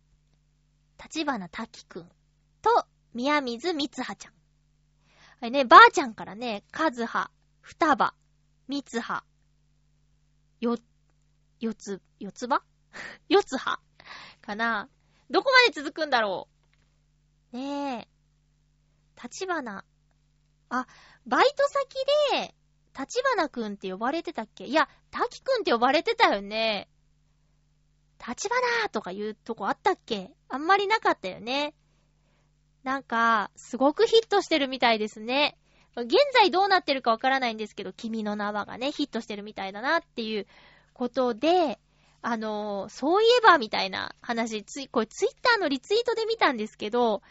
くんと宮水みつはちゃん。あれね、ばあちゃんからね、かずは、ふたば、みつは、よつばよつはかな。どこまで続くんだろう。ねえ。立花。バイト先で、立花くんって呼ばれてたっけ？いや、滝くんって呼ばれてたよね。立花とか言うとこあったっけ？あんまりなかったよね。なんか、すごくヒットしてるみたいですね。現在どうなってるかわからないんですけど、君の名はがね、ヒットしてるみたいだなっていうことで、そういえばみたいな話、これツイッターのリツイートで見たんですけど、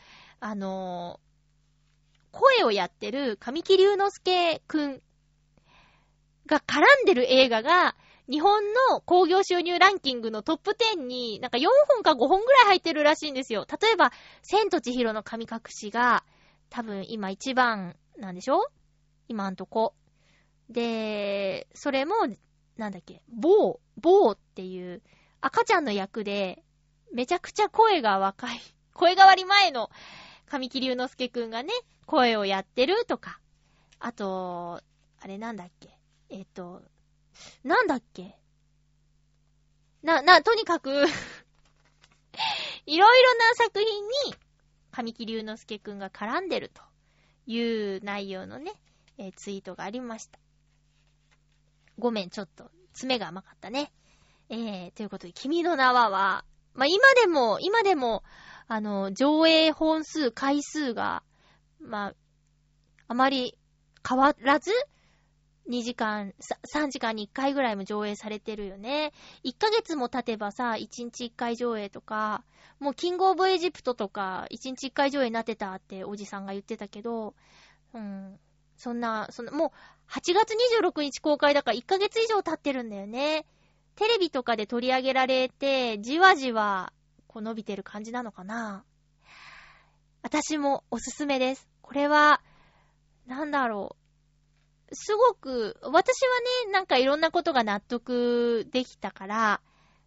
声をやってる神木隆之介くんが絡んでる映画が、日本の興行収入ランキングのトップ10になんか4本か5本ぐらい入ってるらしいんですよ。例えば、千と千尋の神隠しが多分今一番なんでしょ？今んとこ。で、それも、なんだっけ、ボーっていう赤ちゃんの役でめちゃくちゃ声が若い。声変わり前の神木隆之介くんがね、声をやってるとか。あと、あれなんだっけ。なんだっけとにかくいろいろな作品に神木隆之介くんが絡んでるという内容のね、ツイートがありました。ごめん、ちょっと爪が甘かったね。ということで、君の名は、今でも、上映本数、回数が、あまり変わらず、2時間、3時間に1回ぐらいも上映されてるよね。1ヶ月も経てばさ、1日1回上映とか、もうキングオブエジプトとか、1日1回上映になってたっておじさんが言ってたけど、そんな、もう8月26日公開だから1ヶ月以上経ってるんだよね。テレビとかで取り上げられて、じわじわ、こう伸びてる感じなのかな。私もおすすめです。これは、なんだろう。すごく、私はね、なんかいろんなことが納得できたから、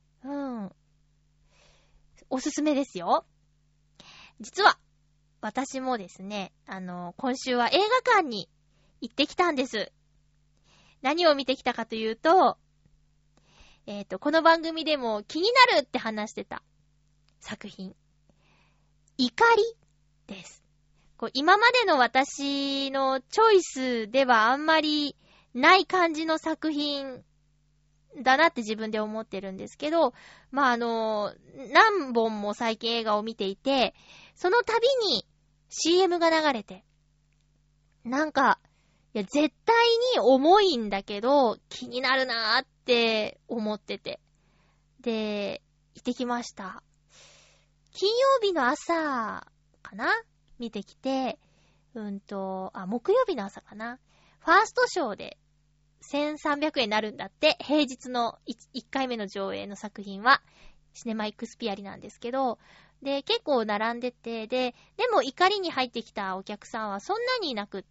おすすめですよ。実は、私もですね、今週は映画館に行ってきたんです。何を見てきたかというと、この番組でも気になるって話してた作品。怒りです。今までの私のチョイスではあんまりない感じの作品だなって自分で思ってるんですけど、何本も最近映画を見ていて、その度に CM が流れて、なんか、いや、絶対に重いんだけど、気になるなーって思ってて。で、行ってきました。金曜日の朝かな？見てきて、木曜日の朝かな。ファーストショーで1300円になるんだって、平日の 1回目の上映の作品は、シネマイクスピアリなんですけど、で、結構並んでて、でも怒りに入ってきたお客さんはそんなにいなくって、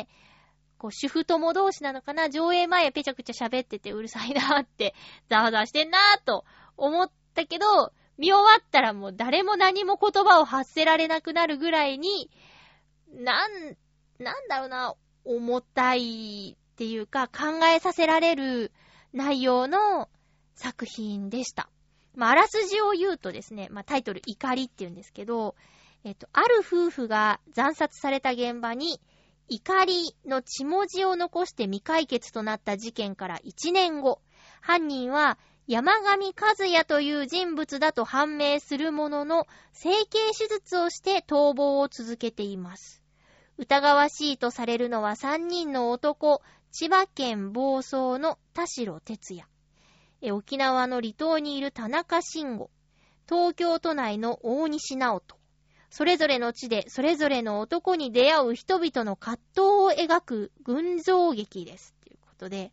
主婦友同士なのかな、上映前ペチャクチャ喋っててうるさいなーって、ざわざわしてんなーと思ったけど、見終わったらもう誰も何も言葉を発せられなくなるぐらいに、なんだろうな、重たいっていうか考えさせられる内容の作品でした。あらすじを言うとですね、タイトル怒りって言うんですけど、ある夫婦が惨殺された現場に怒りの血文字を残して未解決となった事件から1年後、犯人は山上和也という人物だと判明するものの、整形手術をして逃亡を続けています。疑わしいとされるのは3人の男、千葉県房総の田代哲也、沖縄の離島にいる田中慎吾、東京都内の大西直人、 それぞれの地でそれぞれの男に出会う人々の葛藤を描く群像劇です。ということで。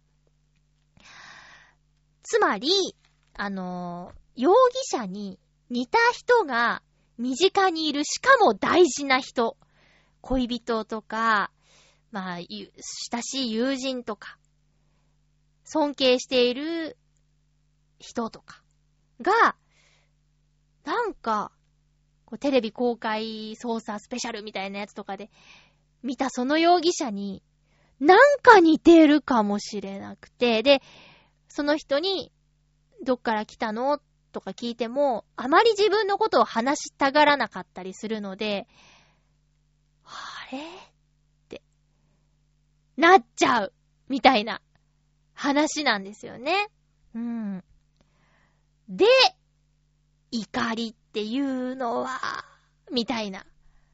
つまり、容疑者に似た人が身近にいる、しかも大事な人。恋人とか、まあ、親しい友人とか、尊敬している人とかが、なんか、テレビ公開捜査スペシャルみたいなやつとかで見たその容疑者になんか似てるかもしれなくて、で、その人にどっから来たのとか聞いてもあまり自分のことを話したがらなかったりするので、あれってなっちゃうみたいな話なんですよね。うん。で、怒りっていうのは、みたいな。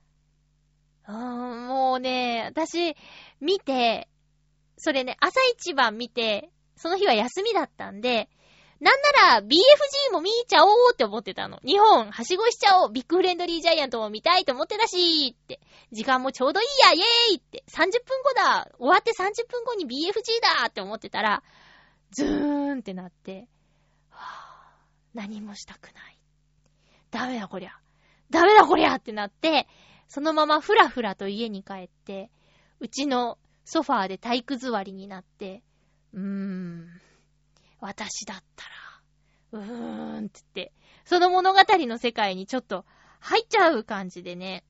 もうね、私、見て、それね、朝一番見て、その日は休みだったんで、なんなら BFG も見ちゃおうって思ってたの。日本、はしごしちゃおう。ビッグフレンドリージャイアントも見たいと思ってたし、って。時間もちょうどいいや、イエーイって。30分後だ。終わって30分後に BFG だって思ってたら、ズーンってなって、何もしたくない。ダメだこりゃ。ダメだこりゃってなって、そのままふらふらと家に帰って、うちのソファーで体育座りになって、私だったら、って言って、その物語の世界にちょっと入っちゃう感じでね。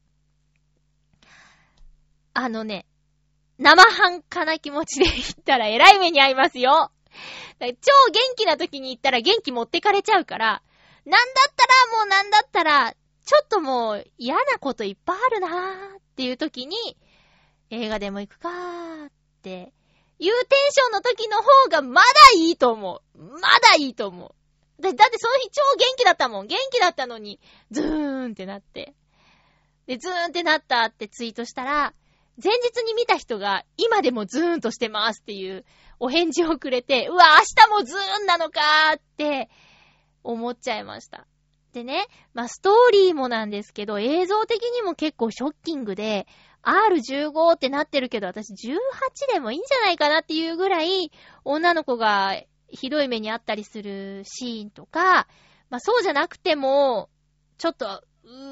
生半可な気持ちで行ったら偉い目に遭いますよ。超元気な時に行ったら元気持ってかれちゃうから、なんだったら、ちょっともう嫌なこといっぱいあるなーっていう時に、映画でも行くかーっていうテンションの時の方がまだいいと思う。まだいいと思う。だってその日超元気だったもん。元気だったのに、ズーンってなって。で、ズーンってなったってツイートしたら、前日に見た人が今でもズーンとしてますっていうお返事をくれて、うわ、明日もズーンなのかーって思っちゃいました。でね、まあストーリーもなんですけど、映像的にも結構ショッキングで、R15 ってなってるけど、私18でもいいんじゃないかなっていうぐらい、女の子がひどい目にあったりするシーンとか、まあそうじゃなくても、ちょっと、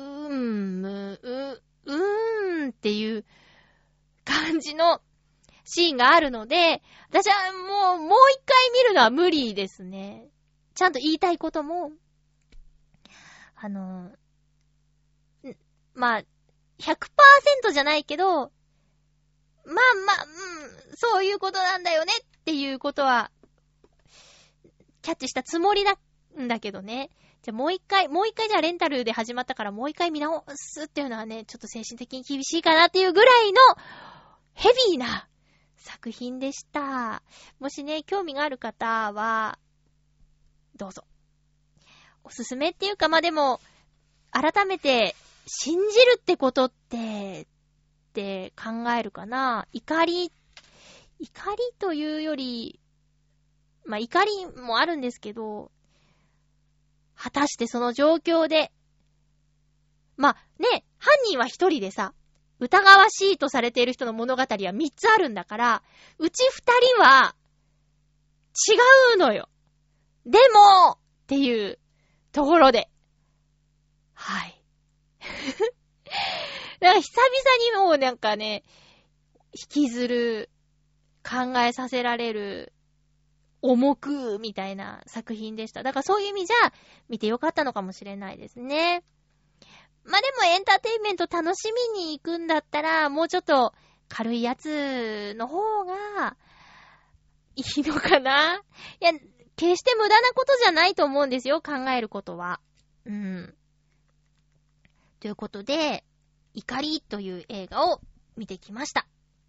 っていう感じのシーンがあるので、私はもう一回見るのは無理ですね。ちゃんと言いたいことも、まあ、100% じゃないけど、そういうことなんだよねっていうことは、キャッチしたつもりなんだけどね。じゃあもう一回じゃあレンタルで始まったからもう一回見直すっていうのはね、ちょっと精神的に厳しいかなっていうぐらいのヘビーな作品でした。もしね、興味がある方は、どうぞ。おすすめっていうか、まあ、でも、改めて、信じるってことって考えるかな。怒りというより、まあ、怒りもあるんですけど、果たしてその状況で、まあ、ね、犯人は一人でさ、疑わしいとされている人の物語は3つあるんだから、うち2人は、違うのよ。でも、っていうところで、はい。だから久々にもうなんかね、引きずる、考えさせられる、重く、みたいな作品でした。だからそういう意味じゃ、見てよかったのかもしれないですね。まあ、でもエンターテインメント楽しみに行くんだったら、もうちょっと軽いやつの方が、いいのかな？いや、決して無駄なことじゃないと思うんですよ、考えることは。ということで、怒りという映画を見てきました。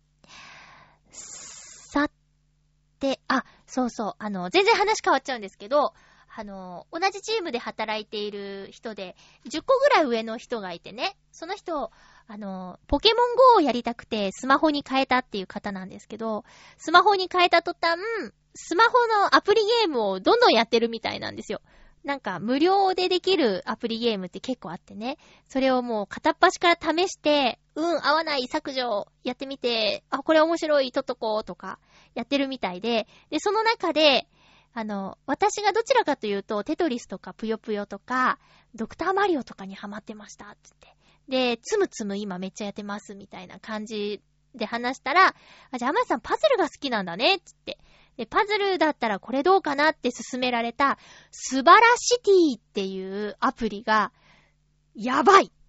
さて、そうそう、全然話変わっちゃうんですけど、同じチームで働いている人で、10個ぐらい上の人がいてね、その人、ポケモン GO をやりたくてスマホに変えたっていう方なんですけど、スマホに変えた途端、スマホのアプリゲームをどんどんやってるみたいなんですよ。 なんか無料でできるアプリゲームって結構あってね。それをもう片っ端から試して、合わない削除やってみて、あ、これ面白い、取っとこうとかやってるみたいで、で、その中で、私がどちらかというと、テトリスとかぷよぷよとか、ドクターマリオとかにハマってました、つって。で、つむつむ今めっちゃやってます、みたいな感じで話したら、じゃあ、甘さんパズルが好きなんだね、つって。で、パズルだったらこれどうかなって勧められた、スバラシティっていうアプリが、やばい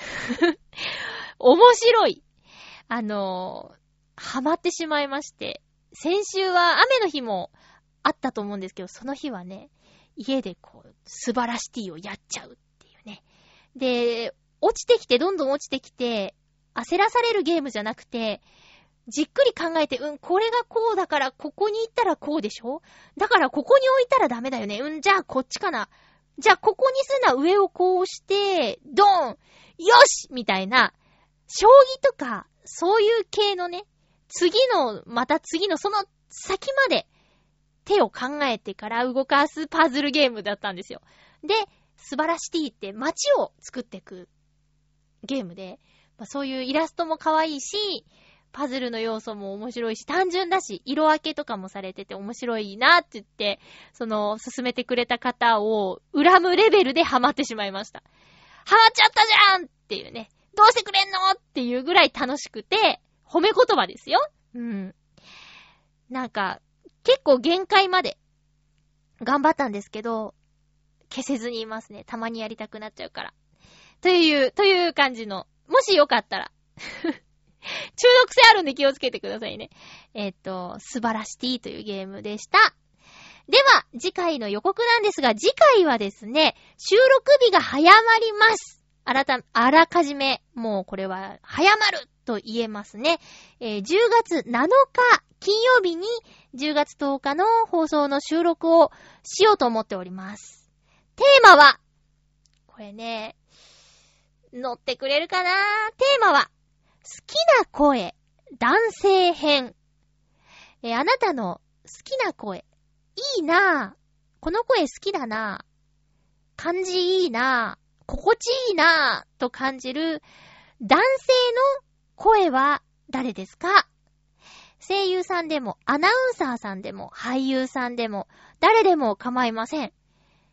面白い。ハマってしまいまして、先週は雨の日もあったと思うんですけど、その日はね、家でこう、スバラシティをやっちゃうっていうね。で、落ちてきて、どんどん落ちてきて、焦らされるゲームじゃなくて、じっくり考えて、これがこうだから、ここに行ったらこうでしょ？だからここに置いたらダメだよね。じゃあこっちかな。じゃあここにすな、上をこうして、ドーン！よし！みたいな、将棋とか、そういう系のね、また次のその先まで手を考えてから動かすパズルゲームだったんですよ。で、スバラシティって街を作っていくゲームで、そういうイラストも可愛いし、パズルの要素も面白いし、単純だし、色分けとかもされてて面白いなって言って、進めてくれた方を恨むレベルでハマってしまいました。ハマっちゃったじゃんっていうね。どうしてくれんのっていうぐらい楽しくて、褒め言葉ですよ。なんか、結構限界まで頑張ったんですけど、消せずにいますね。たまにやりたくなっちゃうから。という感じの、もしよかったら。中毒性あるんで気をつけてくださいね。スバラシティというゲームでした。では、次回の予告なんですが、次回はですね、収録日が早まります。あらかじめ、もうこれは早まると言えますね。10月7日金曜日に10月10日の放送の収録をしようと思っております。テーマは、これね、乗ってくれるかな？テーマは、好きな声、男性編。あなたの好きな声、いいなぁ。この声好きだなぁ。感じいいなぁ。心地いいなぁ。と感じる男性の声は誰ですか？声優さんでも、アナウンサーさんでも、俳優さんでも、誰でも構いません。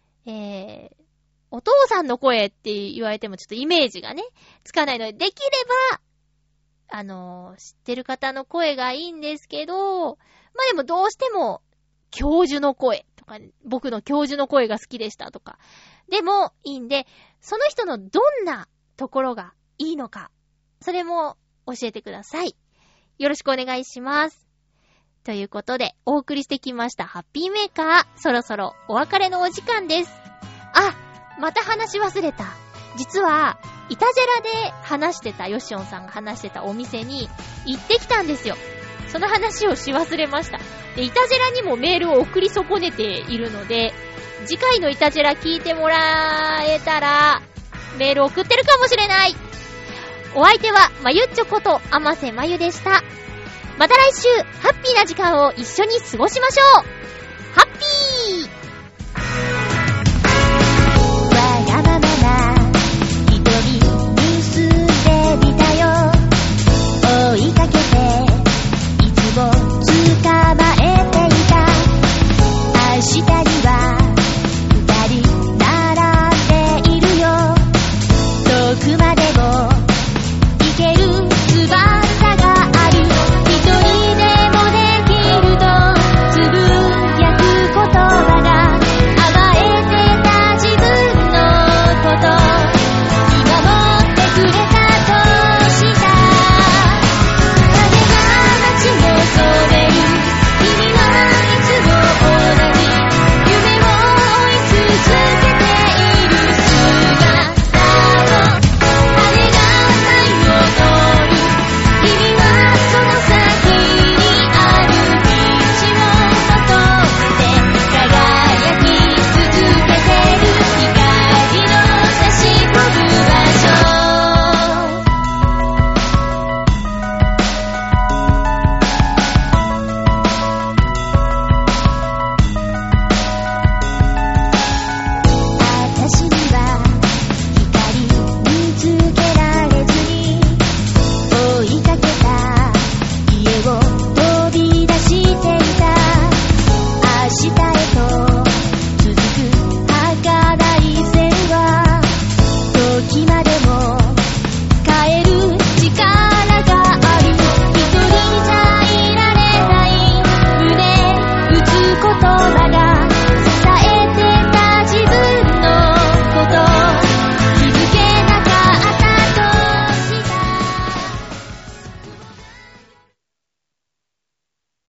お父さんの声って言われてもちょっとイメージがね、つかないので、できれば、知ってる方の声がいいんですけど、でもどうしても、教授の声とか、僕の教授の声が好きでしたとか、でもいいんで、その人のどんなところがいいのか、それも教えてください。よろしくお願いします。ということで、お送りしてきましたハッピーメーカー、そろそろお別れのお時間です。また話し忘れた。実は、イタジェラで話してた、ヨシオンさんが話してたお店に行ってきたんですよ。その話をし忘れました。で、イタジェラにもメールを送り損ねているので、次回のイタジェラ聞いてもらえたら、メール送ってるかもしれない。お相手は、まゆっちょこと甘瀬まゆでした。また来週、ハッピーな時間を一緒に過ごしましょう。